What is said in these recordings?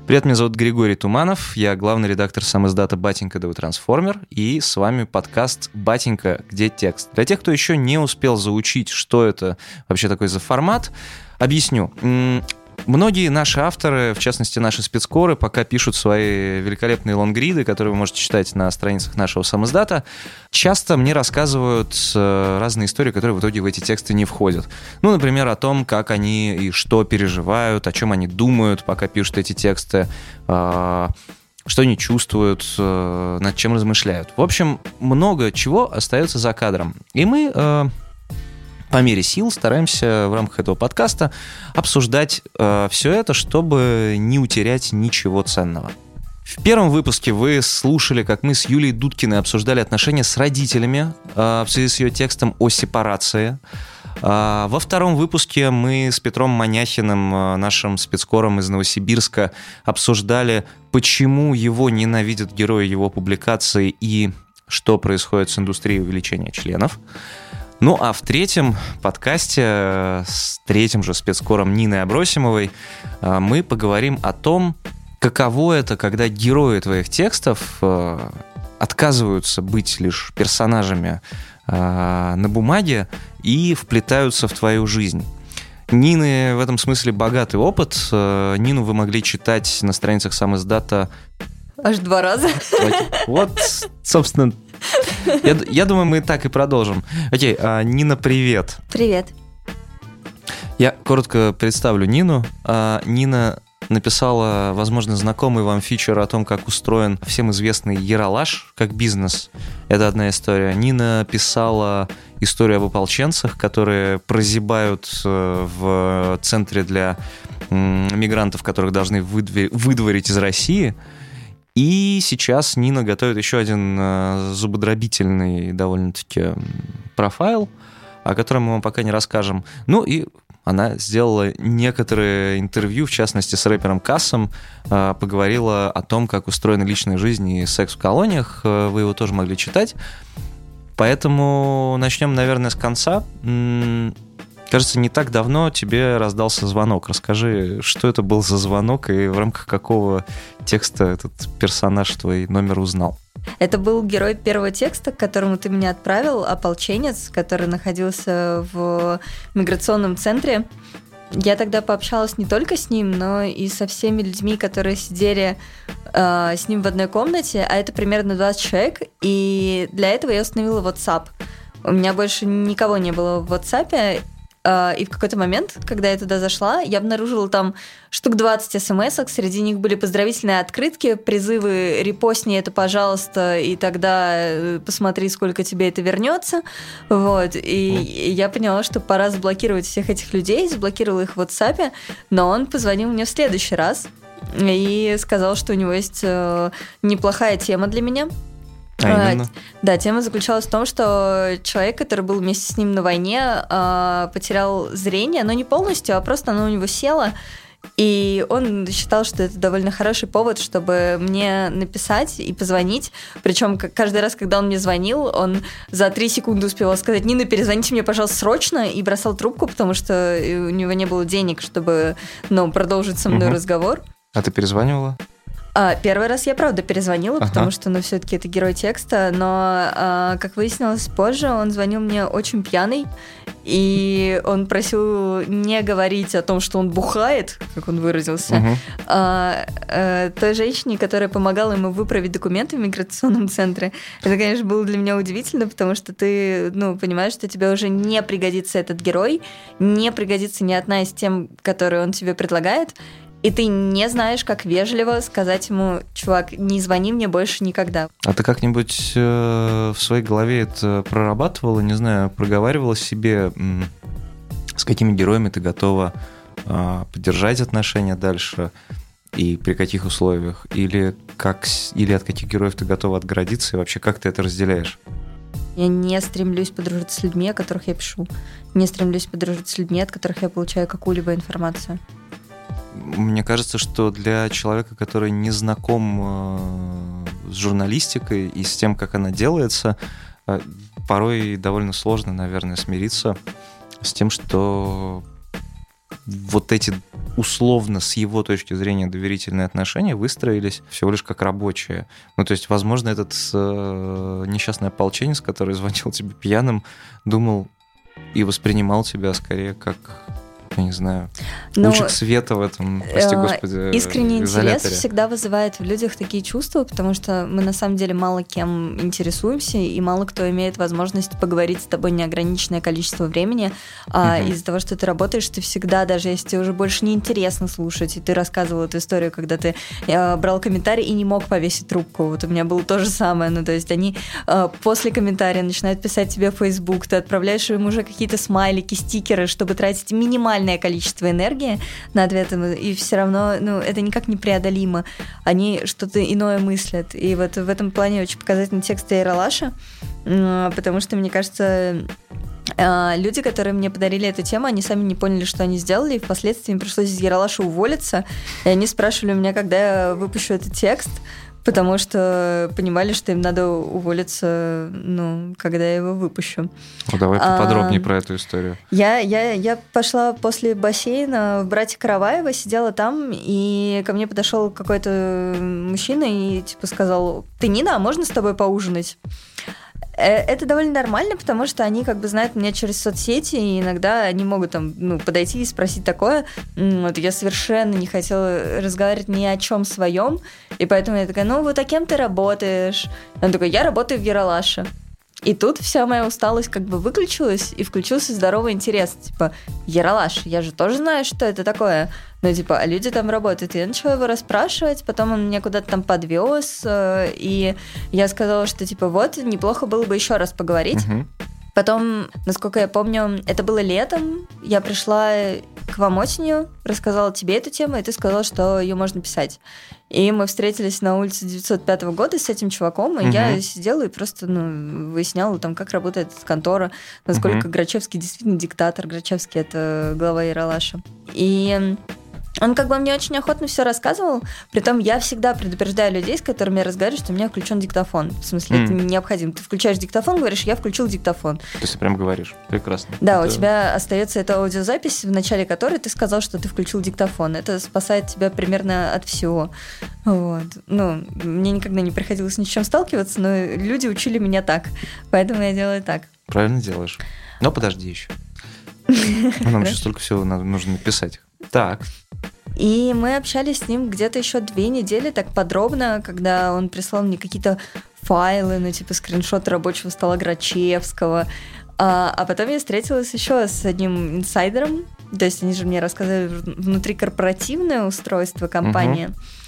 Привет, меня зовут Григорий Туманов, я главный редактор сам-издата «Батенька да вы трансформер», и с вами подкаст «Батенька, где текст?». Для тех, кто еще не успел заучить, что это вообще такой за формат, объясню. Многие наши авторы, в частности наши спецкоры, пока пишут свои великолепные лонгриды, которые вы можете читать на страницах нашего сам-издата, часто мне рассказывают разные истории, которые в итоге в эти тексты не входят. Ну, например, о том, как они и что переживают, о чем они думают, пока пишут эти тексты, что они чувствуют, над чем размышляют. В общем, много чего остается за кадром. И мы по мере сил стараемся в рамках этого подкаста обсуждать все это, чтобы не утерять ничего ценного. В первом выпуске вы слушали, как мы с Юлией Дудкиной обсуждали отношения с родителями в связи с ее текстом о сепарации. Во втором выпуске мы с Петром Маняхиным, нашим спецкором из Новосибирска, обсуждали, почему его ненавидят герои его публикации и что происходит с индустрией увеличения членов. Ну, а в третьем подкасте с третьим же спецкором Ниной Абросимовой мы поговорим о том, каково это, когда герои твоих текстов отказываются быть лишь персонажами на бумаге и вплетаются в твою жизнь. Нины в этом смысле богатый опыт. Нину вы могли читать на страницах сам-издата аж 2 раза. Вот, собственно, я думаю, мы так и продолжим. Окей, Нина, привет. Привет. Я коротко представлю Нину. Нина написала, возможно, знакомый вам фичер о том, как устроен всем известный Ералаш как бизнес. Это одна история. Нина писала историю об ополченцах, которые прозябают в центре для мигрантов, которых должны выдворить из России. И сейчас Нина готовит еще один зубодробительный довольно-таки профайл, о котором мы вам пока не расскажем. Ну и она сделала некоторые интервью, в частности с рэпером Кассом, поговорила о том, как устроена личная жизнь и секс в колониях. Вы его тоже могли читать. Поэтому начнем, наверное, с конца. Кажется, не так давно тебе раздался звонок. Расскажи, что это был за звонок и в рамках какого текста этот персонаж твой номер узнал? Это был герой первого текста, к которому ты меня отправил, ополченец, который находился в миграционном центре. Я тогда пообщалась не только с ним, но и со всеми людьми, которые сидели с ним в одной комнате, а это примерно 20 человек, и для этого я установила WhatsApp. У меня больше никого не было в WhatsApp, и в какой-то момент, когда я туда зашла, я обнаружила там штук 20 смс-ок, среди них были поздравительные открытки, призывы «репостни это, пожалуйста, и тогда посмотри, сколько тебе это вернется». Вот. И я поняла, что пора заблокировать всех этих людей, заблокировала их в WhatsApp, но он позвонил мне в следующий раз и сказал, что у него есть неплохая тема для меня. Да, тема заключалась в том, что человек, который был вместе с ним на войне, потерял зрение, но не полностью, а просто оно у него село. И он считал, что это довольно хороший повод, чтобы мне написать и позвонить. Причем каждый раз, когда он мне звонил, он за 3 секунды успевал сказать: «Нина, перезвоните мне, пожалуйста, срочно», и бросал трубку, потому что у него не было денег, чтобы продолжить со мной разговор. А ты перезванивала? Первый раз я, правда, перезвонила, потому что, все-таки это герой текста, но, как выяснилось позже, он звонил мне очень пьяный, и он просил не говорить о том, что он бухает, как он выразился, той женщине, которая помогала ему выправить документы в миграционном центре. Это, конечно, было для меня удивительно, потому что ты, понимаешь, что тебе уже не пригодится этот герой, не пригодится ни одна из тем, которые он тебе предлагает, и ты не знаешь, как вежливо сказать ему: «Чувак, не звони мне больше никогда». А ты как-нибудь в своей голове это прорабатывала, не знаю, проговаривала себе, с какими героями ты готова поддержать отношения дальше и при каких условиях? Или от каких героев ты готова отгородиться, и вообще как ты это разделяешь? Я не стремлюсь подружиться с людьми, о которых я пишу. Не стремлюсь подружиться с людьми, от которых я получаю какую-либо информацию. Мне кажется, что для человека, который не знаком с журналистикой и с тем, как она делается, порой довольно сложно, наверное, смириться с тем, что вот эти условно, с его точки зрения, доверительные отношения выстроились всего лишь как рабочие. Ну, то есть, возможно, этот несчастный ополченец, который звонил тебе пьяным, думал и воспринимал тебя скорее как, я не знаю, лучик света в этом, прости господи, искренний изоляторе. интерес всегда вызывает в людях такие чувства, потому что мы на самом деле мало кем интересуемся, и мало кто имеет возможность поговорить с тобой неограниченное количество времени. А из-за того, что ты работаешь, ты всегда, даже если тебе уже больше не интересно слушать, и ты рассказывал эту историю, когда ты брал комментарий и не мог повесить трубку. Вот у меня было то же самое. Ну, то есть они после комментария начинают писать тебе в Facebook, ты отправляешь им уже какие-то смайлики, стикеры, чтобы тратить минимальное количество энергии на ответы, и все равно, это никак не преодолимо. Они что-то иное мыслят. И вот в этом плане очень показательный текст Ералаша, потому что, мне кажется, люди, которые мне подарили эту тему, они сами не поняли, что они сделали, и впоследствии им пришлось из Ералаша уволиться, и они спрашивали у меня, когда я выпущу этот текст, потому что понимали, что им надо уволиться, когда я его выпущу. Давай поподробнее про эту историю. Я пошла после бассейна в «Братья Караваева», сидела там, и ко мне подошел какой-то мужчина и сказал: «Ты Нина, а можно с тобой поужинать?» Это довольно нормально, потому что они знают меня через соцсети, и иногда они могут подойти и спросить такое. Вот я совершенно не хотела разговаривать ни о чем своем, и поэтому я такая: вот а кем ты работаешь? Он такой: я работаю в Ералаше. И тут вся моя усталость выключилась, и включился здоровый интерес. Ералаш, я же тоже знаю, что это такое. А люди там работают. И я начала его расспрашивать, потом он меня куда-то там подвез, и я сказала, что вот, неплохо было бы еще раз поговорить. Потом, насколько я помню, это было летом, я пришла к вам осенью, рассказала тебе эту тему, и ты сказала, что ее можно писать. И мы встретились на улице 905 года с этим чуваком, и я сидела и просто выясняла, как работает эта контора, насколько Грачевский действительно диктатор. Грачевский — это глава Ералаша. И он мне очень охотно все рассказывал, притом я всегда предупреждаю людей, с которыми я разговариваю, что у меня включен диктофон. В смысле, это необходимо. Ты включаешь диктофон, говоришь: я включил диктофон. То есть ты прям говоришь. Прекрасно. Да, у тебя остается эта аудиозапись, в начале которой ты сказал, что ты включил диктофон. Это спасает тебя примерно от всего. Вот. Мне никогда не приходилось ни с чем сталкиваться, но люди учили меня так. Поэтому я делаю так. Правильно делаешь. Но подожди еще. Нам еще столько всего нужно написать. Так. И мы общались с ним где-то еще 2 недели так подробно, когда он прислал мне какие-то файлы, скриншоты рабочего стола Грачевского. А потом я встретилась еще с одним инсайдером, то есть они же мне рассказали внутрикорпоративное устройство компании.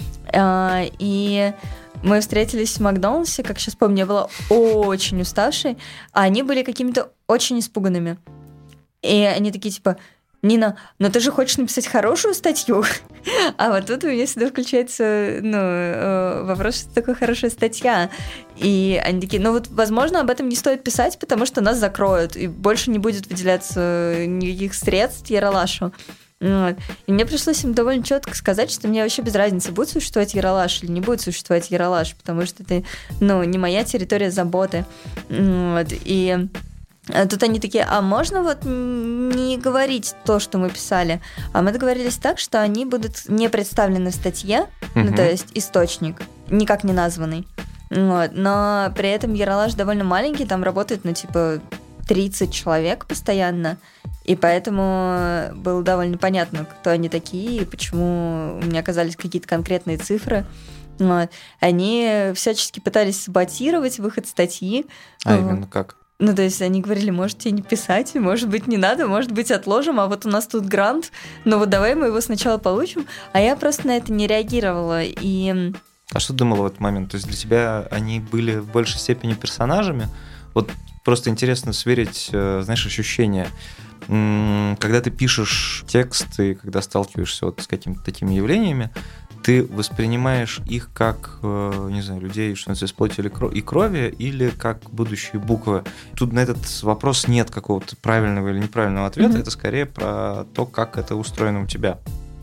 И мы встретились в Макдональдсе, как сейчас помню, я была очень уставшей, а они были какими-то очень испуганными. И они такие Нина, но ты же хочешь написать хорошую статью? А вот тут у меня всегда включается вопрос, что такое хорошая статья. И они такие: возможно, об этом не стоит писать, потому что нас закроют, и больше не будет выделяться никаких средств Ералашу. Вот. И мне пришлось им довольно четко сказать, что мне вообще без разницы, будет существовать Ералаш или не будет существовать Ералаш, потому что это не моя территория заботы. Вот. И тут они такие: а можно не говорить то, что мы писали? А мы договорились так, что они будут не представлены в статье, то есть источник, никак не названный. Вот. Но при этом Ералаш довольно маленький, там работает, 30 человек постоянно, и поэтому было довольно понятно, кто они такие, и почему у меня оказались какие-то конкретные цифры. Вот. Они всячески пытались саботировать выход статьи. Именно как? То есть они говорили: можете не писать, может быть, не надо, может быть, отложим, а вот у нас тут грант, давай мы его сначала получим. А я просто на это не реагировала. А что ты думала в этот момент? То есть для тебя они были в большей степени персонажами? Вот просто интересно сверить, ощущения. Когда ты пишешь текст и когда сталкиваешься с какими-то такими явлениями, ты воспринимаешь их как, людей, что называется, из плоти и крови, или как будущие буквы? Тут на этот вопрос нет какого-то правильного или неправильного ответа, это скорее про то, как это устроено у тебя.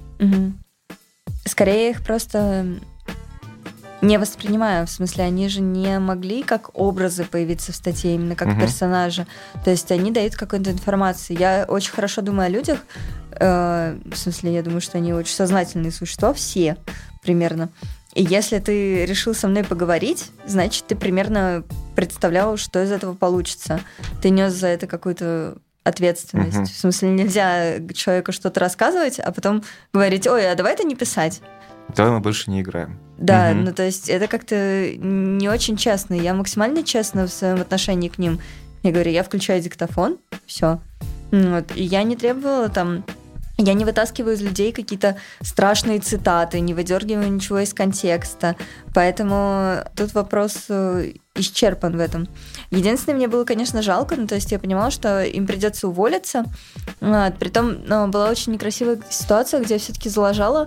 Скорее их просто не воспринимаю, в смысле, они же не могли как образы появиться в статье, именно как персонажи. То есть они дают какую-то информацию. Я очень хорошо думаю о людях, В смысле, я думаю, что они очень сознательные существа, все примерно. И если ты решил со мной поговорить, значит, ты примерно представлял, что из этого получится. Ты нес за это какую-то ответственность. В смысле, нельзя человеку что-то рассказывать, а потом говорить: ой, а давай это не писать. Давай мы больше не играем. Да, ну то есть это как-то не очень честно. Я максимально честна в своем отношении к ним. Я говорю, я включаю диктофон, все. Вот. И я не требовала там... Я не вытаскиваю из людей какие-то страшные цитаты, не выдергиваю ничего из контекста. Поэтому тут вопрос исчерпан в этом. Единственное, мне было, конечно, жалко, то есть я понимала, что им придется уволиться. Притом была очень некрасивая ситуация, где я все-таки залажала.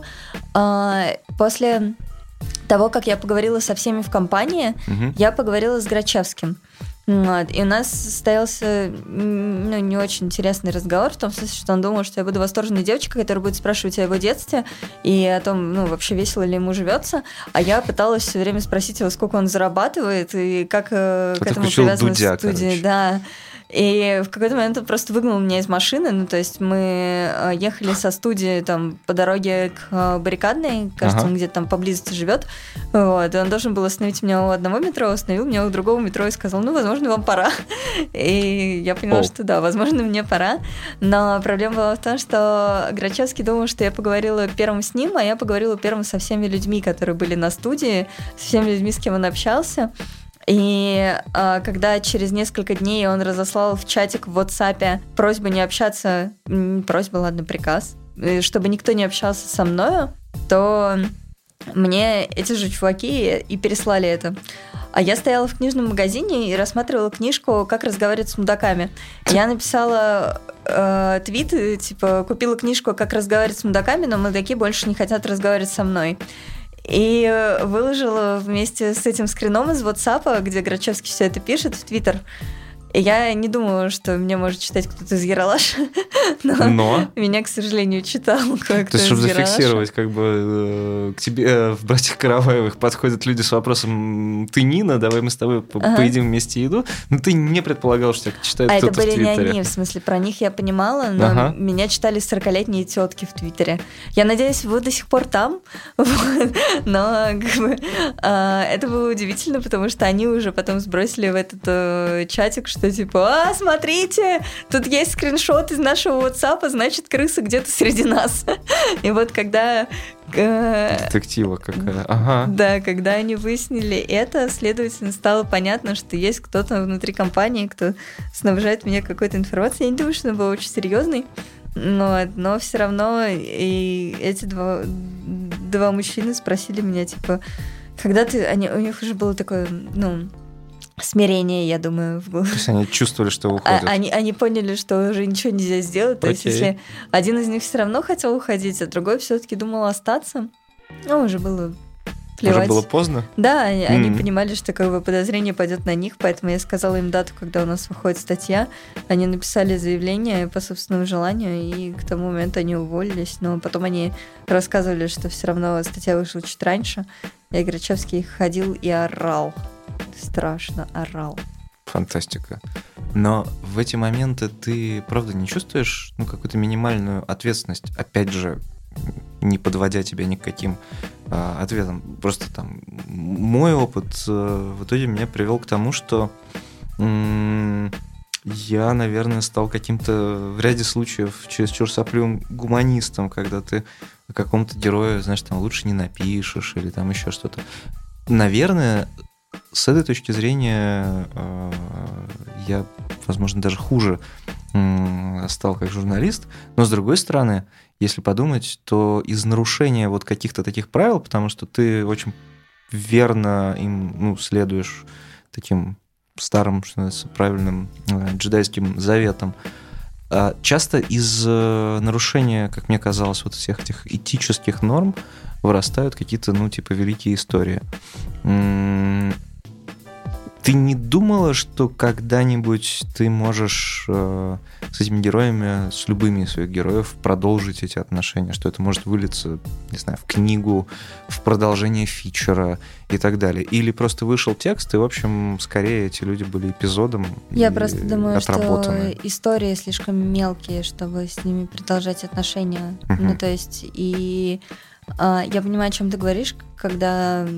После того, как я поговорила со всеми в компании, я поговорила с Грачевским. Вот. И у нас состоялся не очень интересный разговор, в том смысле, что он думал, что я буду восторженной девочкой, которая будет спрашивать о его детстве и о том, вообще весело ли ему живется. А я пыталась все время спросить его, сколько он зарабатывает и как к этому привязана студия. Да. И в какой-то момент он просто выгнал меня из машины. То есть мы ехали со студии там по дороге к Баррикадной, кажется, он где-то там поблизости живет. Вот. И он должен был остановить меня у одного метро, остановил меня у другого метро и сказал: возможно, вам пора. И я поняла, что да, возможно, мне пора. Но проблема была в том, что Грачевский думал, что я поговорила первым с ним, а я поговорила первым со всеми людьми, которые были на студии, со всеми людьми, с кем он общался. И когда через несколько дней он разослал в чатик в WhatsApp просьбу не общаться, приказ, чтобы никто не общался со мною, то мне эти же чуваки и переслали это. А я стояла в книжном магазине и рассматривала книжку «Как разговаривать с мудаками». Я написала твит, типа, купила книжку «Как разговаривать с мудаками», но мудаки больше не хотят разговаривать со мной. И выложила вместе с этим скрином из WhatsApp, где Грачевский все это пишет, в Твиттер. И я не думала, что меня может читать кто-то из Ералаша, но меня, к сожалению, читал кое-кто из Ералаша. То есть, чтобы зафиксировать, как бы к тебе в «Братьях Караваевых» подходят люди с вопросом: ты Нина, давай мы с тобой поедим вместе еду. Но ты не предполагал, что тебя читает кто-то в Твиттере. А это были не они, в смысле, про них я понимала, но меня читали 40-летние тетки в Твиттере. Я надеюсь, вы до сих пор там, но как бы это было удивительно, потому что они уже потом сбросили в этот чатик, что типа: смотрите, тут есть скриншот из нашего WhatsApp, значит, крыса где-то среди нас. И вот когда... Детектива какая. Ага. Да, когда они выяснили это, следовательно, стало понятно, что есть кто-то внутри компании, кто снабжает меня какой-то информацией. Я не думаю, что он был очень серьезный, но все равно и эти два мужчины спросили меня, типа, когда ты... у них уже было такое, смирение, я думаю, в голосе. То есть они чувствовали, что уходят. Они поняли, что уже ничего нельзя сделать. То есть, если один из них все равно хотел уходить, а другой все-таки думал остаться, уже было плевать. Уже было поздно? Да, они понимали, что как бы подозрение пойдет на них, поэтому я сказала им дату, когда у нас выходит статья. Они написали заявление по собственному желанию, и к тому моменту они уволились. Но потом они рассказывали, что все равно статья вышла чуть раньше, и Грачевский ходил и орал. Страшно орал. Фантастика. Но в эти моменты ты, правда, не чувствуешь какую-то минимальную ответственность? Опять же, не подводя тебя ни к каким ответам. Просто там мой опыт в итоге меня привел к тому, что я, наверное, стал каким-то в ряде случаев чересчур сопливым гуманистом, когда ты о каком-то герое, знаешь, там лучше не напишешь или там еще что-то. Наверное, с этой точки зрения я, возможно, даже хуже стал как журналист, но с другой стороны, если подумать, то из нарушения вот каких-то таких правил, потому что ты очень верно им следуешь таким старым, что называется, правильным джедайским заветам, часто из нарушения, как мне казалось, вот всех этих этических норм вырастают какие-то, великие истории. Ты не думала, что когда-нибудь ты можешь с этими героями, с любыми из своих героев продолжить эти отношения, что это может вылиться, не знаю, в книгу, в продолжение фичера и так далее? Или просто вышел текст, и, в общем, скорее эти люди были эпизодом. Я просто думаю, что истории слишком мелкие, чтобы с ними продолжать отношения. Ну, то есть, и я понимаю, о чем ты говоришь, когда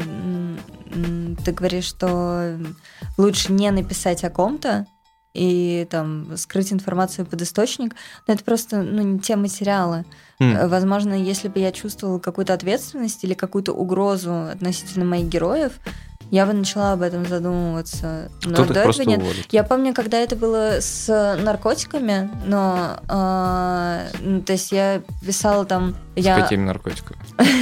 ты говоришь, что лучше не написать о ком-то и там скрыть информацию под источник, но это просто не те материалы. Возможно, если бы я чувствовала какую-то ответственность или какую-то угрозу относительно моих героев, я бы начала об этом задумываться. Но кто-то до этого нет. Уводит. Я помню, когда это было с наркотиками, но то есть я писала там... С какими наркотиками?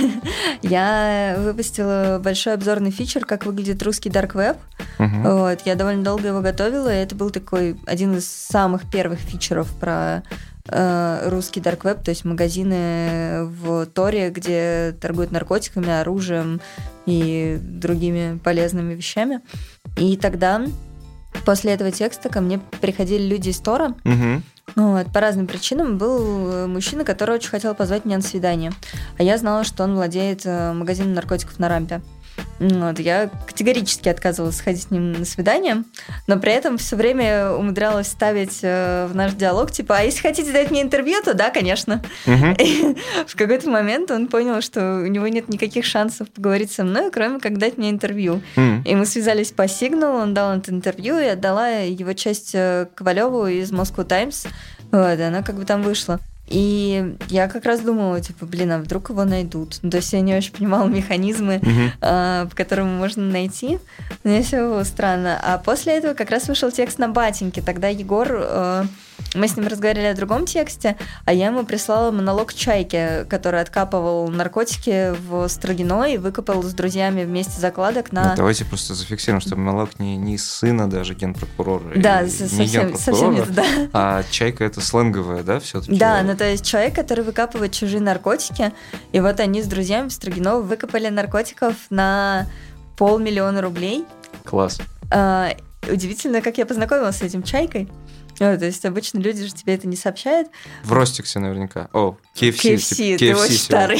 Я выпустила большой обзорный фичер, как выглядит русский Dark Web. Вот, я довольно долго его готовила, и это был такой один из самых первых фичеров про русский Dark Web, то есть магазины в Торе, где торгуют наркотиками, оружием и другими полезными вещами. И тогда, после этого текста, ко мне приходили люди из Тора. Вот, по разным причинам. Был мужчина, который очень хотел позвать меня на свидание. А я знала, что он владеет магазином наркотиков на Рампе. Вот, я категорически отказывалась сходить с ним на свидание, но при этом все время умудрялась ставить в наш диалог, типа, а если хотите дать мне интервью, то да, конечно. И в какой-то момент он понял, что у него нет никаких шансов поговорить со мной, кроме как дать мне интервью. И мы связались по сигналу, он дал это интервью, и отдала его часть Ковалеву из Moscow Times. Вот, и она как бы там вышла. И я как раз думала, типа, а вдруг его найдут? То есть я не очень понимала механизмы, по которым можно найти. Мне все было странно. А после этого как раз вышел текст на Батеньке. Тогда Егор... Мы с ним разговаривали о другом тексте, а я ему прислала монолог Чайки, который откапывал наркотики в Строгино и выкопал с друзьями вместе закладок на... Давайте просто зафиксируем, что монолог не сына даже генпрокурора. Да, совсем нет, да. А Чайка — это сленговая, да, все-таки? Да, то есть человек, который выкапывает чужие наркотики, и вот они с друзьями в Строгино выкопали наркотиков на 500 000 рублей. Класс. Удивительно, как я познакомилась с этим Чайкой. То есть обычно люди же тебе это не сообщают. В Ростиксе наверняка. О, KFC. KFC, ты очень старый.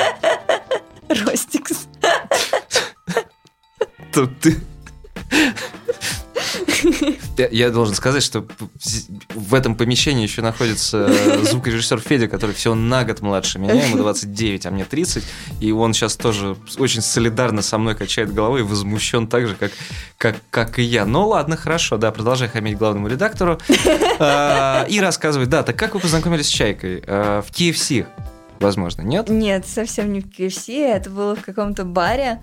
Ростикс. Тут ты... Я должен сказать, что в этом помещении еще находится звукорежиссер Федя, который всего на год младше меня, ему 29, а мне 30, и он сейчас тоже очень солидарно со мной качает головой и возмущен так же, как и я. Ну ладно, хорошо, да, продолжай хамить главному редактору и рассказывай, да, так как вы познакомились с Чайкой? В KFC? Возможно, нет? Нет, совсем не в KFC, это было в каком-то баре,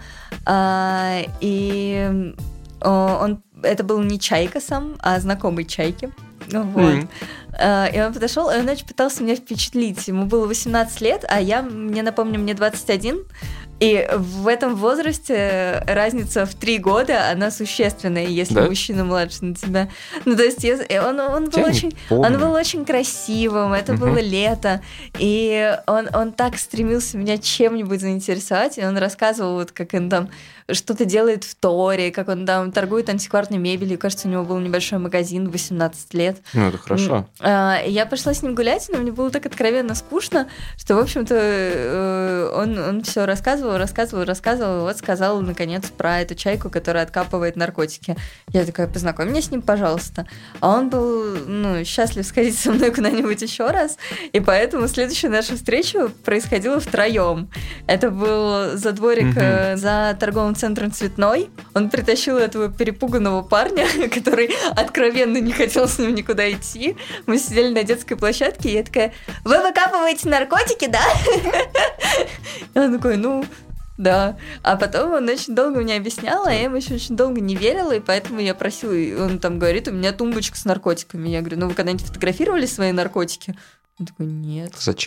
и это был не Чайка сам, а знакомый Чайки. Вот. И он подошел, и он очень пытался меня впечатлить. Ему было 18 лет, а мне 21. И в этом возрасте разница в 3 года, она существенная, если мужчина младше на тебя. То есть он был очень красивым, это было лето, и он так стремился меня чем-нибудь заинтересовать, и он рассказывал, вот как он там что-то делает в Торе, как он там торгует антикварной мебелью. Кажется, у него был небольшой магазин, 18 лет. Ну, это хорошо. Я пошла с ним гулять, но мне было так откровенно скучно, что, в общем-то, он все рассказывал, и вот сказал, наконец, про эту Чайку, которая откапывает наркотики. Я такая, познакомь меня с ним, пожалуйста. А он был, счастлив сходить со мной куда-нибудь еще раз, и поэтому следующая наша встреча происходила втроем. Это был задворик за торговым центром Цветной. Он притащил этого перепуганного парня, который откровенно не хотел с ним никуда идти. Мы сидели на детской площадке, и я такая, вы выкапываете наркотики, да? И он такой, да. А потом он очень долго мне объяснял, а я ему еще очень долго не верила, и поэтому я просила, и он там говорит, у меня тумбочка с наркотиками. Я говорю, вы когда-нибудь фотографировали свои наркотики? Он такой, нет. Зачем?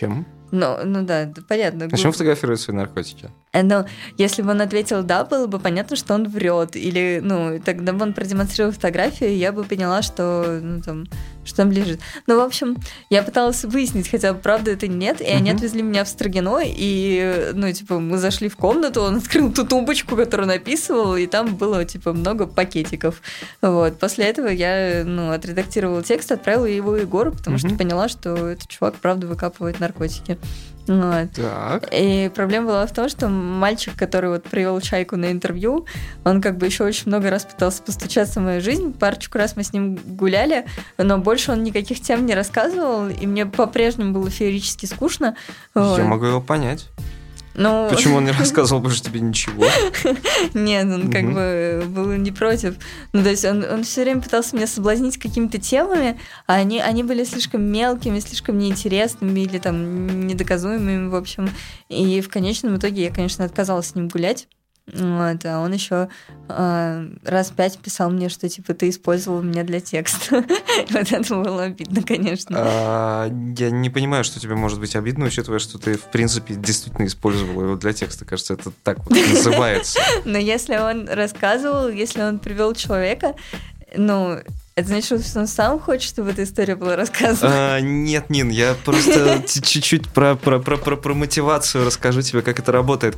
Ну да, понятно. Зачем фотографировать свои наркотики? Но если бы он ответил «да», было бы понятно, что он врет. Или, тогда бы он продемонстрировал фотографию, и я бы поняла, что, что там лежит. В общем, я пыталась выяснить, хотя бы правда это нет, и они отвезли меня в Строгино, и, мы зашли в комнату, он открыл ту тумбочку, которую написывал, и там было, много пакетиков. Вот. После этого я, отредактировала текст, отправила его Егору, потому что поняла, что этот чувак, правда, выкапывает наркотики. Вот. Так. И проблема была в том, что мальчик, который привел Чайку на интервью, он еще очень много раз пытался постучаться в мою жизнь. Парочку раз мы с ним гуляли, но больше он никаких тем не рассказывал, и мне по-прежнему было феерически скучно. Вот. Я могу его понять. Почему он не рассказывал больше тебе ничего? Нет, он был не против. То есть он все время пытался меня соблазнить какими-то темами, а они были слишком мелкими, слишком неинтересными или недоказуемыми, в общем. И в конечном итоге я, конечно, отказалась с ним гулять. Вот, а он еще раз 5 писал мне, что ты использовал меня для текста. Вот это было обидно, конечно. Я не понимаю, что тебе может быть обидно, учитывая, что ты, в принципе, действительно использовал его для текста. Кажется, это так называется. Но если он рассказывал, если он привел человека, это значит, что он сам хочет, чтобы эта история была рассказана? Нет, Нин, я просто чуть-чуть про мотивацию расскажу тебе, как это работает.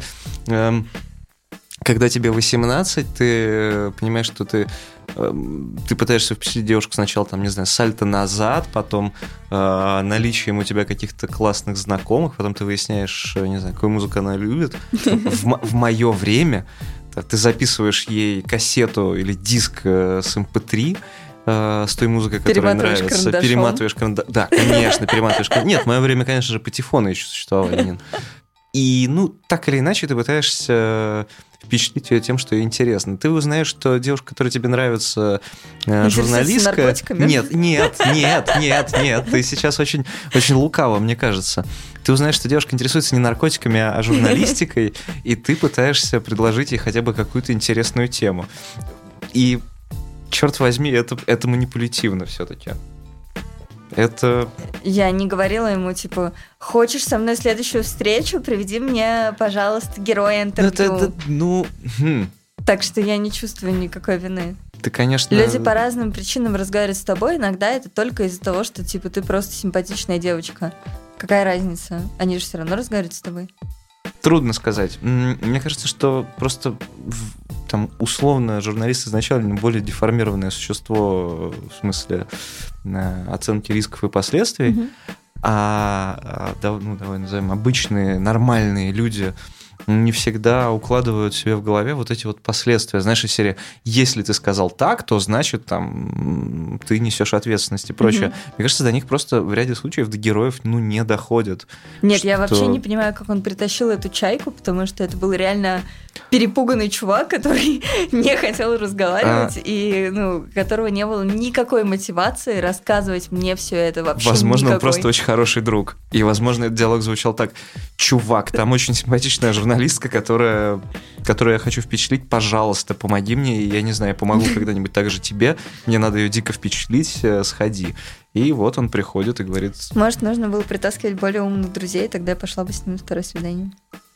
Когда тебе 18, ты понимаешь, что ты пытаешься впечатлить девушку сначала, сальто назад, потом наличием у тебя каких-то классных знакомых, потом ты выясняешь, какую музыку она любит. В мое время ты записываешь ей кассету или диск с MP3, с той музыкой, которая нравится. Перематываешь карандашом. Да, конечно, перематываешь карандашом. Нет, в мое время, конечно же, патефоны еще существовали, Нин. И, так или иначе, ты пытаешься впечатлить ее тем, что ей интересно. Ты узнаешь, что девушка, которая тебе нравится, журналистка... Нет. Ты сейчас очень, очень лукаво, мне кажется. Ты узнаешь, что девушка интересуется не наркотиками, а журналистикой, и ты пытаешься предложить ей хотя бы какую-то интересную тему. И, черт возьми, это манипулятивно все-таки. Это... Я не говорила ему, хочешь со мной следующую встречу? Приведи мне, пожалуйста, героя интервью. Так что я не чувствую никакой вины. Ты, конечно... Люди по разным причинам разговаривают с тобой, иногда это только из-за того, что, ты просто симпатичная девочка. Какая разница? Они же все равно разговаривают с тобой. Трудно сказать. Мне кажется, что просто условно журналист изначально более деформированное существо в смысле оценки рисков и последствий, давай назовем обычные, нормальные люди не всегда укладывают себе в голове вот эти вот последствия. Знаешь, из серии «если ты сказал так, то значит ты несешь ответственность и прочее». Мне кажется, до них просто в ряде случаев до героев не доходят. Нет, я вообще не понимаю, как он притащил эту Чайку, потому что это был реально перепуганный чувак, который не хотел разговаривать и которого не было никакой мотивации рассказывать мне все это вообще. Возможно, он просто очень хороший друг. И, возможно, этот диалог звучал так: чувак, там очень симпатичная журналистка, которую я хочу впечатлить, пожалуйста, помоги мне, и я не знаю, я помогу когда-нибудь также тебе, мне надо ее дико впечатлить, сходи. И вот он приходит и говорит... Может, нужно было притаскивать более умных друзей, тогда я пошла бы с ним на второе свидание.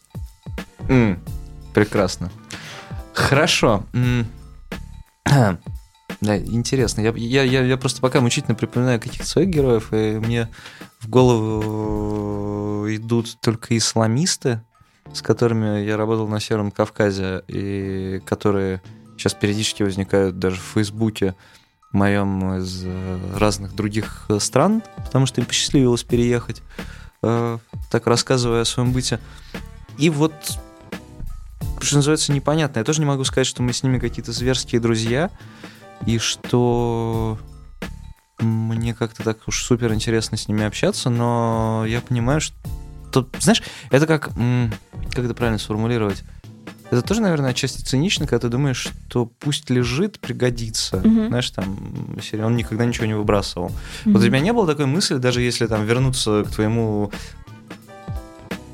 Прекрасно. Хорошо. Да, интересно. Я просто пока мучительно припоминаю каких-то своих героев, и мне в голову идут только исламисты, с которыми я работал на Северном Кавказе, и которые сейчас периодически возникают даже в Фейсбуке моем из разных других стран, потому что им посчастливилось переехать, так рассказывая о своем быте. И вот, что называется, непонятно. Я тоже не могу сказать, что мы с ними какие-то зверские друзья, и что мне как-то так уж супер интересно с ними общаться, но я понимаю, что, знаешь, это как это правильно сформулировать? Это тоже, наверное, отчасти цинично, когда ты думаешь, что пусть лежит, пригодится. Знаешь, он никогда ничего не выбрасывал. Вот у тебя не было такой мысли, даже если вернуться к твоему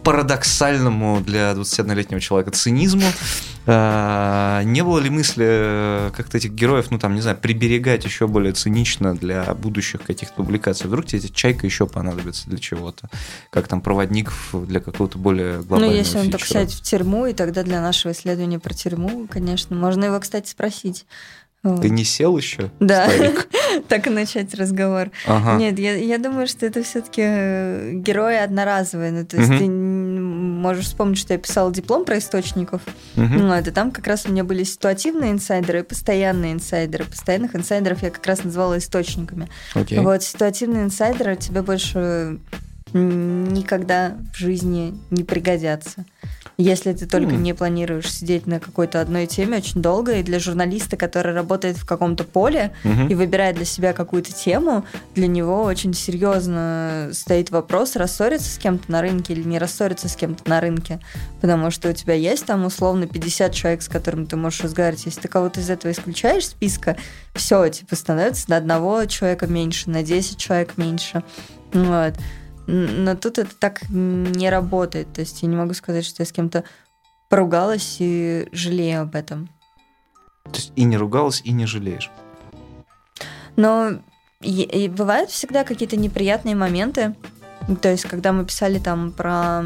парадоксальному для 21-летнего человека цинизму. Не было ли мысли как-то этих героев, приберегать еще более цинично для будущих каких-то публикаций? Вдруг тебе эта чайка еще понадобится для чего-то? Как там проводник для какого-то более глобального если он фичера. только сядет в тюрьму, и тогда для нашего исследования про тюрьму, конечно, можно его, кстати, спросить. Ты не сел еще, да, старик? Так и начать разговор. Ага. Нет, я думаю, что это все-таки герои одноразовые. То есть ты можешь вспомнить, что я писала диплом про источников. И там как раз у меня были ситуативные инсайдеры и постоянные инсайдеры. Постоянных инсайдеров я как раз называла источниками. Ситуативные инсайдеры тебе больше никогда в жизни не пригодятся. Если ты только не планируешь сидеть на какой-то одной теме очень долго, и для журналиста, который работает в каком-то поле и выбирает для себя какую-то тему, для него очень серьезно стоит вопрос, рассориться с кем-то на рынке или не рассориться с кем-то на рынке. Потому что у тебя есть там условно 50 человек, с которыми ты можешь разговаривать. Если ты кого-то из этого исключаешь списка, все, становится на одного человека меньше, на 10 человек меньше. Но тут это так не работает. То есть я не могу сказать, что я с кем-то поругалась и жалею об этом. То есть и не ругалась, и не жалеешь? Но и бывают всегда какие-то неприятные моменты. То есть когда мы писали там про...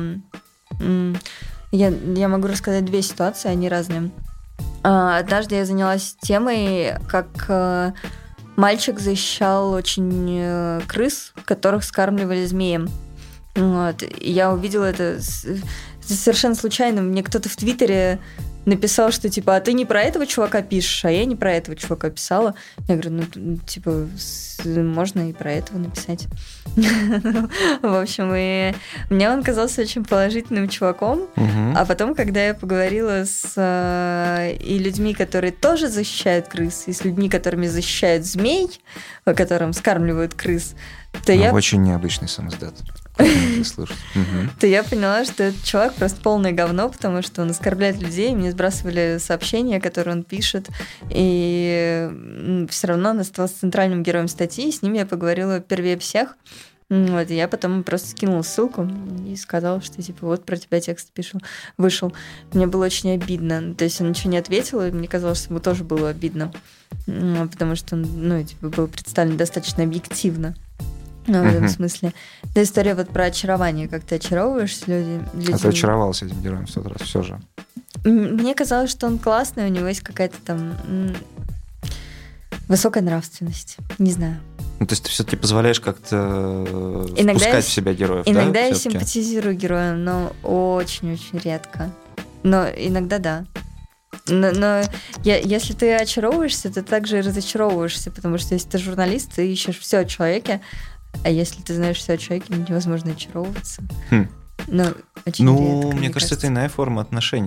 Я могу рассказать 2 ситуации, они разные. Однажды я занялась темой, как... Мальчик защищал очень крыс, которых скармливали змеем. И я увидела это совершенно случайно. Мне кто-то в Твиттере написал, что а ты не про этого чувака пишешь, а я не про этого чувака писала. Я говорю, можно и про этого написать. В общем, и мне он казался очень положительным чуваком. А потом, когда я поговорила с и людьми, которые тоже защищают крыс, и с людьми, которыми защищают змей, которым скармливают крыс, то я... Очень необычный самоздат. То я поняла, что этот человек просто полное говно, потому что он оскорбляет людей, мне сбрасывали сообщения, которые он пишет, и все равно он остался центральным героем статьи, и с ним я поговорила первее всех. И я потом просто скинула ссылку и сказала, что вот про тебя текст вышел. Мне было очень обидно. То есть он ничего не ответил, и мне казалось, что ему тоже было обидно, потому что он был представлен достаточно объективно. В этом смысле. Да, история про очарование, как ты очаровываешься людьми. А ты очаровался этим героем в тот раз, все же. Мне казалось, что он классный, у него есть какая-то там высокая нравственность. Не знаю. То есть ты все-таки позволяешь как-то впускать в себя героев, иногда да? Я симпатизирую героям, но очень-очень редко. Но иногда да. Но если ты очаровываешься, ты также и разочаровываешься, потому что если ты журналист, ты ищешь все о человеке, а если ты знаешь все о человеке, невозможно очаровываться. Но очень редко, мне кажется, это иная форма отношений.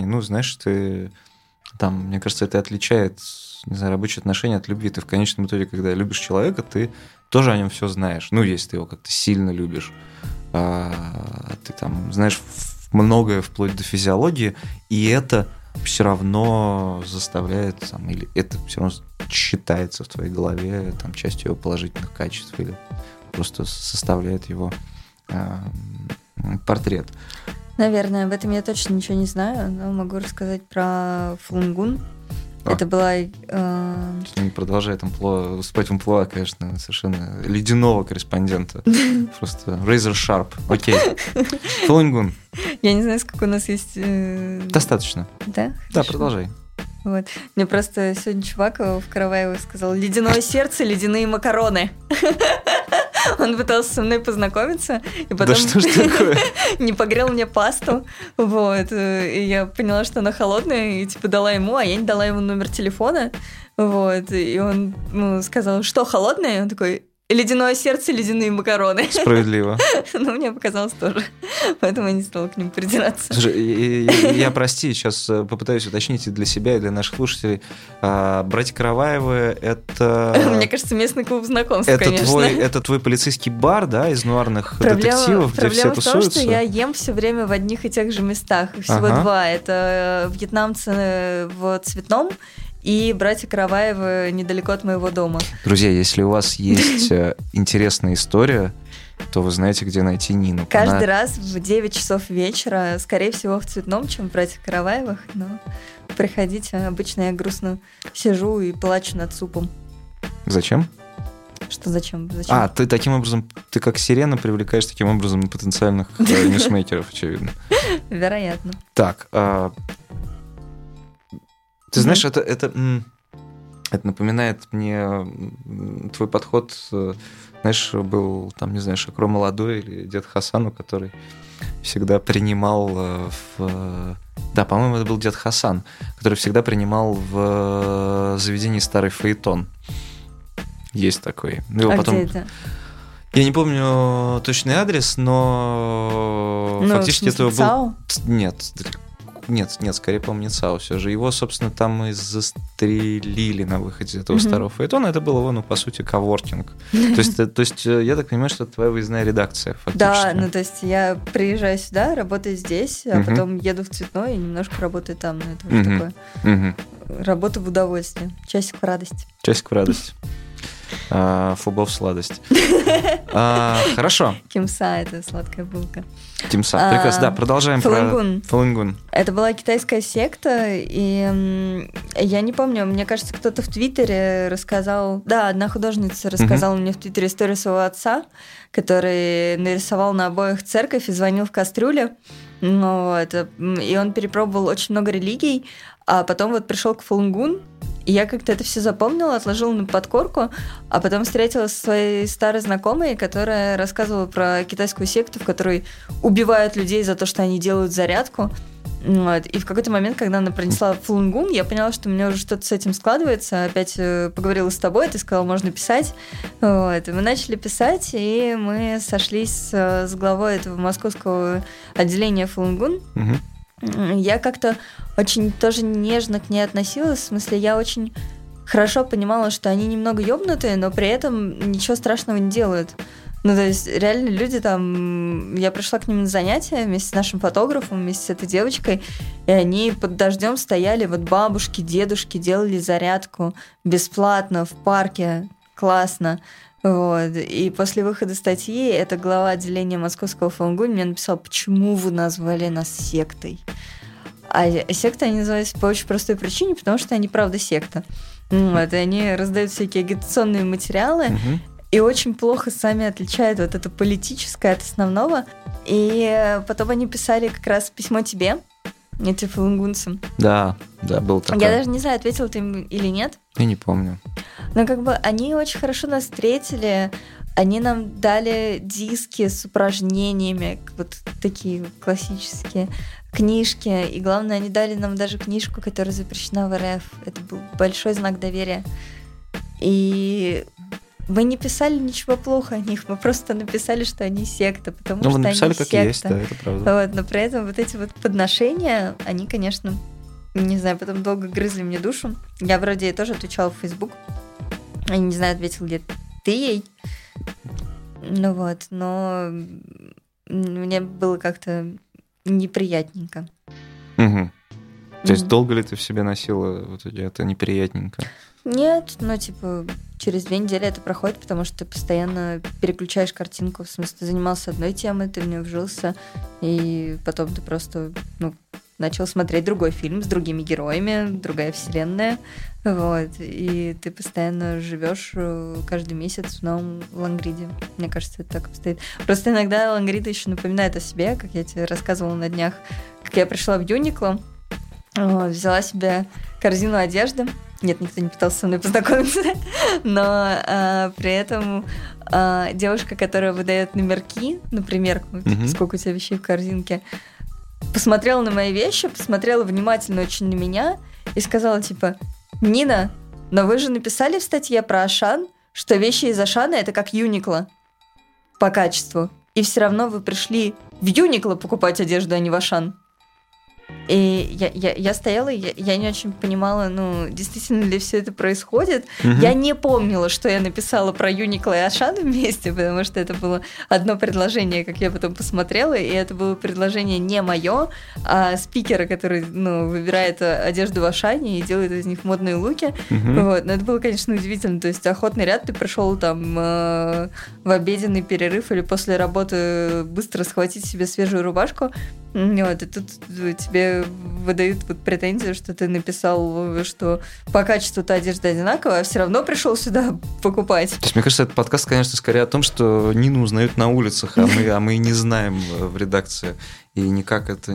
Мне кажется, это отличает, рабочие отношения от любви. Ты в конечном итоге, когда любишь человека, ты тоже о нем все знаешь. Если ты его как-то сильно любишь, ты там знаешь многое вплоть до физиологии, и это все равно заставляет, или это все равно считается в твоей голове частью его положительных качеств, или просто составляет его портрет. Наверное, об этом я точно ничего не знаю, но могу рассказать про Флунгун. Это была... Не продолжает выступать в амплуа, конечно, совершенно ледяного корреспондента. Просто razor sharp. Окей. Флунгун. Я не знаю, сколько у нас есть... Достаточно. Да? Да, продолжай. Мне просто сегодня чувак в Караваево сказал: «Ледяное сердце, ледяные макароны». Он пытался со мной познакомиться, и потом не погрел мне пасту. И я поняла, что она холодная, и дала ему, а я не дала ему номер телефона. И он сказал: «Что, холодное?» И он такой: «Ледяное сердце, ледяные макароны». Справедливо. Мне показалось тоже. Поэтому я не стала к ним придираться. Слушай, я, прости, сейчас попытаюсь уточнить и для себя, и для наших слушателей. «Братья Караваевы» — это... Мне кажется, местный клуб знакомств, конечно. Это твой полицейский бар, да, из нуарных детективов, где все тусуются? Проблема в том, что я ем все время в одних и тех же местах. Всего 2. Это вьетнамцы в Цветном и «Братья Караваевы» недалеко от моего дома. Друзья, если у вас есть интересная история, то вы знаете, где найти Нину. Каждый раз в 9 часов вечера, скорее всего, в Цветном, чем в «Братьях Караваевых», но приходите. Обычно я грустно сижу и плачу над супом. Зачем? Что зачем? Зачем? Ты таким образом, ты как сирена привлекаешь таким образом потенциальных ньюсмейкеров, очевидно. Вероятно. Так, ты знаешь, это напоминает мне твой подход, знаешь, был там, не знаю, Шакро Молодой или Дед Хасан, который всегда принимал да, по-моему, это был Дед Хасан, который всегда принимал в заведении старый фаэтон. Есть такой. Его потом... где это? Я не помню точный адрес, но фактически это был... Нет, скорее, по-моему, не ЦАО все же. Его, собственно, там и застрелили на выходе этого старого фаэтона. Это было его, по сути, коворкинг. То есть, я так понимаю, что это твоя выездная редакция, фактически. Да, то есть я приезжаю сюда, работаю здесь, а потом еду в Цветной и немножко работаю там. Это уже такое. Работа в удовольствие. Часик в радость. Часик в радость. Фубов сладость. Хорошо. Кимса — это сладкая булка. Кимса. Прекрасно. Да, продолжаем Фалунгун. про Фалунгун. Это была китайская секта, и я не помню, мне кажется, кто-то в Твиттере рассказал... Да, одна художница рассказала мне в Твиттере историю своего отца, который нарисовал на обоях церковь и звонил в кастрюле. И он перепробовал очень много религий, а потом вот пришел к Фалунгун, и я как-то это все запомнила, отложила на подкорку, а потом встретилась со своей старой знакомой, которая рассказывала про китайскую секту, в которой убивают людей за то, что они делают зарядку. И в какой-то момент, когда она принесла Фалунгун, я поняла, что у меня уже что-то с этим складывается. Опять поговорила с тобой, ты сказала, можно писать. И мы начали писать, и мы сошлись с главой этого московского отделения Фалунгун. Я как-то очень тоже нежно к ней относилась. В смысле, я очень хорошо понимала, что они немного ёбнутые, но при этом ничего страшного не делают. То есть, реально люди там... Я пришла к ним на занятия вместе с нашим фотографом, вместе с этой девочкой, и они под дождем стояли, бабушки, дедушки делали зарядку бесплатно в парке. Классно. И после выхода статьи эта глава отделения московского Фалунгун мне написала, почему вы назвали нас сектой. А секта они назывались по очень простой причине, потому что они, правда, секта. И они раздают всякие агитационные материалы, и очень плохо сами отличают вот это политическое от основного. И потом они писали как раз письмо тебе, эти фалунгунцы. Да, был такой. Я даже не знаю, ответила ты им или нет. Я не помню. Но они очень хорошо нас встретили. Они нам дали диски с упражнениями, вот такие классические книжки. И главное, они дали нам даже книжку, которая запрещена в РФ. Это был большой знак доверия. И мы не писали ничего плохого о них, мы просто написали, что они секта, потому что вы написали, они как секта. есть, да, это правда. Но при этом вот эти вот подношения, они, конечно, не знаю, потом долго грызли мне душу. Я вроде ей тоже отвечала в Facebook. Я не знаю, ответил ли ты ей. Но мне было как-то неприятненько. То есть долго ли ты в себе носила вот это неприятненько? Нет, через 2 недели это проходит, потому что ты постоянно переключаешь картинку. В смысле, ты занимался одной темой, ты в нее вжился, и потом ты просто, начал смотреть другой фильм с другими героями, другая вселенная, и ты постоянно живешь каждый месяц в новом Лангриде. Мне кажется, это так обстоит. Просто иногда Лангрид еще напоминает о себе, как я тебе рассказывала на днях, как я пришла в Юникло, взяла себе корзину одежды. Нет, никто не пытался со мной познакомиться, но при этом девушка, которая выдает номерки, например, сколько у тебя вещей в корзинке, посмотрела на мои вещи, посмотрела внимательно очень на меня и сказала, Нина, но вы же написали в статье про Ашан, что вещи из Ашана это как Юникло по качеству, и все равно вы пришли в Юникло покупать одежду, а не в Ашан. И я стояла, и я не очень понимала, действительно ли все это происходит. Я не помнила, что я написала про Юникла и Ашану вместе, потому что это было одно предложение, как я потом посмотрела, и это было предложение не мое, а спикера, который выбирает одежду в Ашане и делает из них модные луки. Вот. Но это было, конечно, удивительно. То есть охотный ряд, ты пришел там в обеденный перерыв или после работы быстро схватить себе свежую рубашку. Вот, и тут тебе выдают претензию, что ты написал, что по качеству-то одежда одинаковая, а все равно пришел сюда покупать. То есть, мне кажется, этот подкаст, конечно, скорее о том, что Нину узнают на улицах, а мы не знаем в редакции. И никак это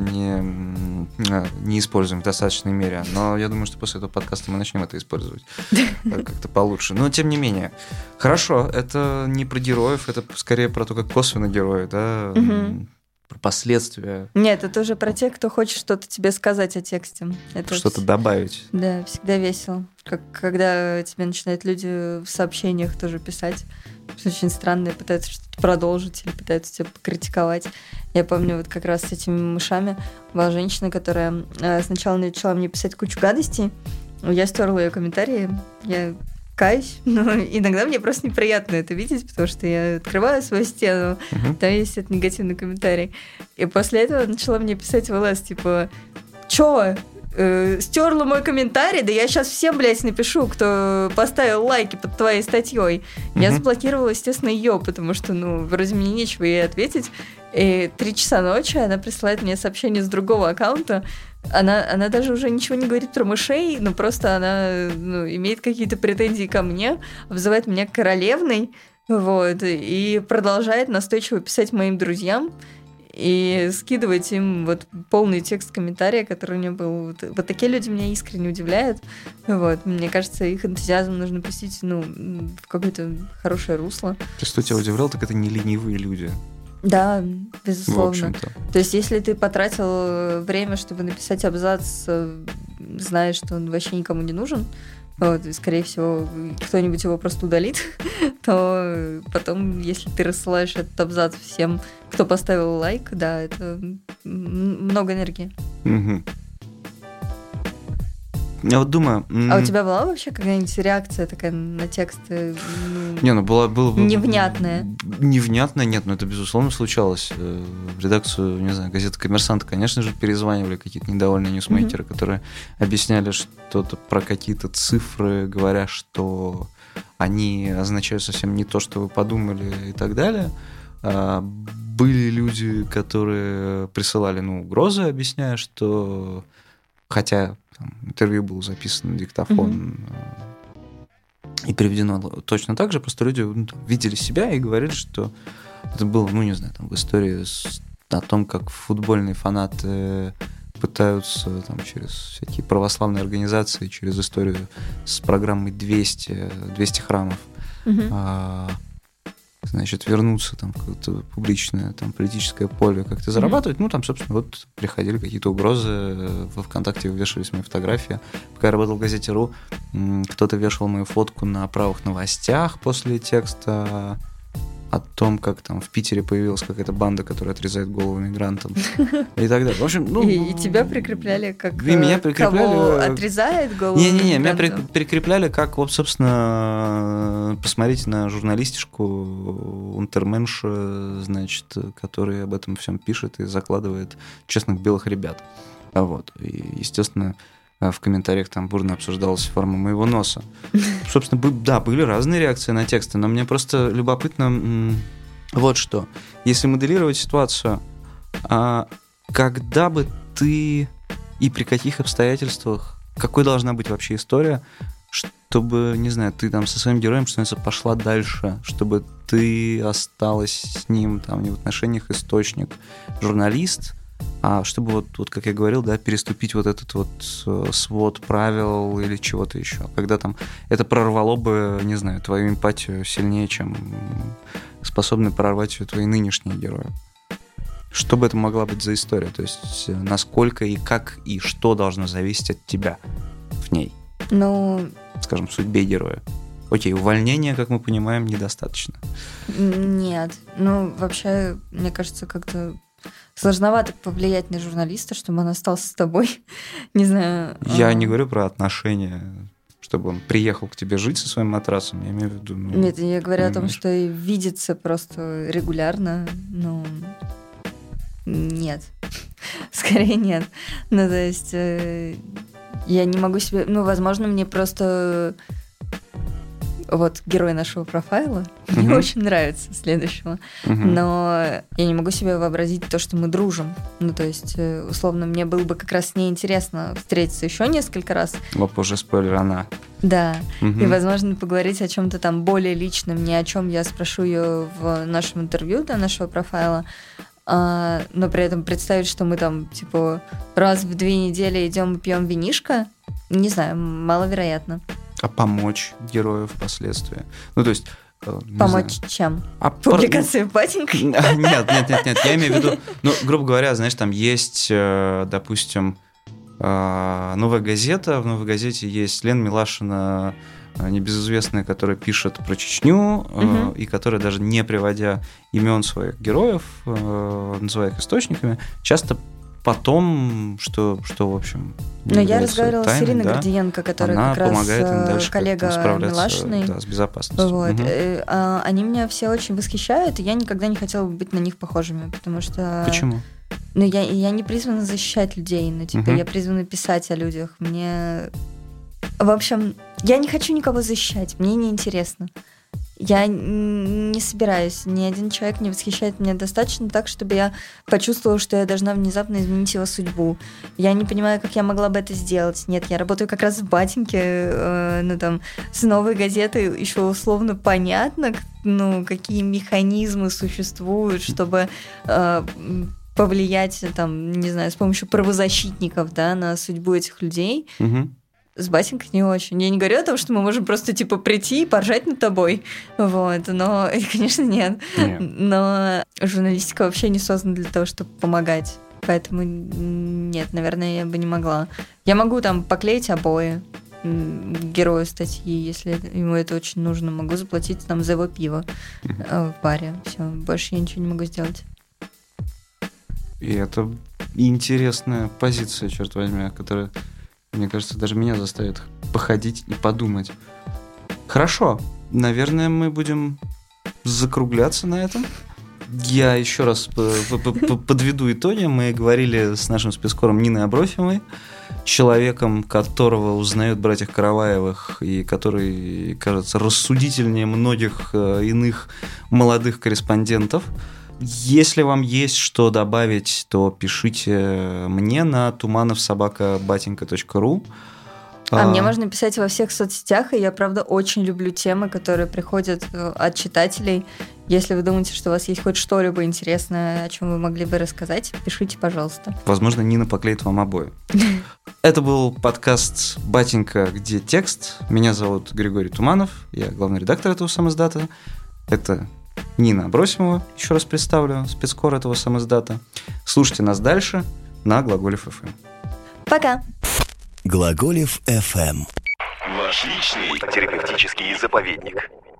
не используем в достаточной мере. Но я думаю, что после этого подкаста мы начнем это использовать как-то получше. Но тем не менее. Хорошо, это не про героев, это скорее про то, как косвенно герои, да? Про последствия. Нет, это уже про тех, кто хочет что-то тебе сказать о тексте. Это что-то добавить. Да, всегда весело. Когда тебе начинают люди в сообщениях тоже писать. Очень странные, пытаются что-то продолжить или пытаются тебя покритиковать. Я помню, вот как раз с этими мышами была женщина, которая сначала начала мне писать кучу гадостей. Я стерла ее комментарии. Я каюсь, но иногда мне просто неприятно это видеть, потому что я открываю свою стену, там есть этот негативный комментарий. И после этого начала мне писать в ЛС, типа, чё, стерла мой комментарий, да я сейчас всем, блядь, напишу, кто поставил лайки под твоей статьей. Я заблокировала, естественно, ее, потому что, вроде мне нечего ей ответить. И 3 часа ночи она присылает мне сообщение с другого аккаунта. Она даже уже ничего не говорит про мышей, но просто она имеет какие-то претензии ко мне, обзывает меня королевной, вот, и продолжает настойчиво писать моим друзьям и скидывать им полный текст комментария, который у нее был. Вот такие люди меня искренне удивляют. Вот. Мне кажется, их энтузиазм нужно пустить в какое-то хорошее русло. То есть, что тебя удивляло, так это не ленивые люди. Да, безусловно. То есть, если ты потратил время, чтобы написать абзац, зная, что он вообще никому не нужен, вот, и, скорее всего, кто-нибудь его просто удалит, то потом, если ты рассылаешь этот абзац всем, кто поставил лайк, да, это много энергии. Я вот думаю... А у тебя была вообще какая-нибудь реакция такая на тексты? Было невнятная? Невнятная, нет, но это, безусловно, случалось. В редакцию, не знаю, газеты «Коммерсант», конечно же, перезванивали какие-то недовольные ньюсмейкеры, которые объясняли что-то про какие-то цифры, говоря, что они означают совсем не то, что вы подумали и так далее. Были люди, которые присылали угрозы, объясняя, что... Хотя интервью было записано на диктофон и переведено точно так же, просто люди видели себя и говорили, что это было, в истории о том, как футбольные фанаты пытаются через всякие православные организации, через историю с программой 200 храмов, вернуться в какое-то публичное политическое поле, как-то зарабатывать. Собственно, приходили какие-то угрозы, во ВКонтакте вешались мои фотографии. Пока я работал в газете «Ру», кто-то вешал мою фотку на правых новостях после текста о том, как в Питере появилась какая-то банда, которая отрезает голову мигрантам и так далее. В общем, и тебя прикрепляли как меня прикрепляли... кого отрезает голову Не-не-не, меня прикрепляли как, собственно, посмотрите на журналистишку унтерменша, который об этом всем пишет и закладывает честных белых ребят. И, естественно, в комментариях бурно обсуждалась форма моего носа. Собственно, были разные реакции на тексты, но мне просто любопытно вот что. Если моделировать ситуацию, когда бы ты и при каких обстоятельствах, какой должна быть вообще история, чтобы, не знаю, ты со своим героем, что называется, пошла дальше, чтобы ты осталась с ним не в отношениях источник, журналист, а чтобы как я говорил, переступить этот свод правил или чего-то еще. Когда это прорвало бы, не знаю, твою эмпатию сильнее, чем способны прорвать твои нынешние герои. Что бы это могла быть за история? То есть насколько и как и что должно зависеть от тебя в ней? Скажем, судьбе героя. Окей, увольнения, как мы понимаем, недостаточно. Нет. Вообще, мне кажется, как-то сложновато повлиять на журналиста, чтобы он остался с тобой. Не знаю. Я не говорю про отношения, чтобы он приехал к тебе жить со своим матрасом. Я имею в виду... Нет, я говорю о том, что видеться просто регулярно. Нет. Скорее нет. Ну, то есть я не могу себе... возможно, мне просто... Вот герой нашего профайла мне очень нравится, следующего. Но я не могу себе вообразить то, что мы дружим. Ну, то есть, условно, мне было бы как раз неинтересно встретиться еще несколько раз. Оп, уже спойлер, она. Да. И, возможно, поговорить о чем-то там более личном, не о чем я спрошу ее в нашем интервью для нашего профайла. Но при этом представить, что мы там, типа, раз в 2 недели идем и пьем винишко, не знаю, маловероятно. А помочь герою впоследствии? Ну, то есть... Помочь чем? Публикации в Батенька? Нет. Я имею в виду, грубо говоря, знаешь, там есть, допустим, «Новая газета». В «Новой газете» есть Лена Милашина, небезызвестная, которая пишет про Чечню, и которая, даже не приводя имен своих героев, называя их источниками, часто потом, что в общем... Но я разговаривала с Ириной Гордиенко, которая она как помогает им раз дальше коллега Милашиной. Да, с безопасностью. Вот. Они меня все очень восхищают, и я никогда не хотела быть на них похожими, потому что... Почему? Я не призвана защищать людей, я призвана писать о людях. В общем, я не хочу никого защищать, мне неинтересно. Я не собираюсь, ни один человек не восхищает меня достаточно так, чтобы я почувствовала, что я должна внезапно изменить его судьбу. Я не понимаю, как я могла бы это сделать. Нет, я работаю как раз в Батеньке, с «Новой газетой» еще условно понятно, какие механизмы существуют, чтобы повлиять, не знаю, с помощью правозащитников, на судьбу этих людей. С Батенькой не очень. Я не говорю о том, что мы можем просто, прийти и поржать над тобой. Вот. Но, конечно, нет. Но журналистика вообще не создана для того, чтобы помогать. Поэтому нет, наверное, я бы не могла. Я могу поклеить обои герою статьи, если ему это очень нужно. Могу заплатить за его пиво в баре. Все, больше я ничего не могу сделать. И это интересная позиция, черт возьми, которая... Мне кажется, даже меня заставит походить и подумать. Хорошо, наверное, мы будем закругляться на этом. Я еще раз подведу итоги. Мы говорили с нашим спецкором Ниной Аброфьевой, человеком, которого узнают в «Братьях Караваевых» и который, кажется, рассудительнее многих иных молодых корреспондентов. Если вам есть что добавить, то пишите мне на tumanov@batenka.ru. Мне можно писать во всех соцсетях, и я, правда, очень люблю темы, которые приходят от читателей. Если вы думаете, что у вас есть хоть что-либо интересное, о чем вы могли бы рассказать, пишите, пожалуйста. Возможно, Нина поклеит вам обои. Это был подкаст «Батенька. Где текст?». Меня зовут Григорий Туманов, я главный редактор этого самиздата. Это Нина Абросимова, еще раз представлю, спецкор этого самиздата. Слушайте нас дальше на Глаголев FM. Пока! Глаголев FM. Ваш личный терапевтический заповедник.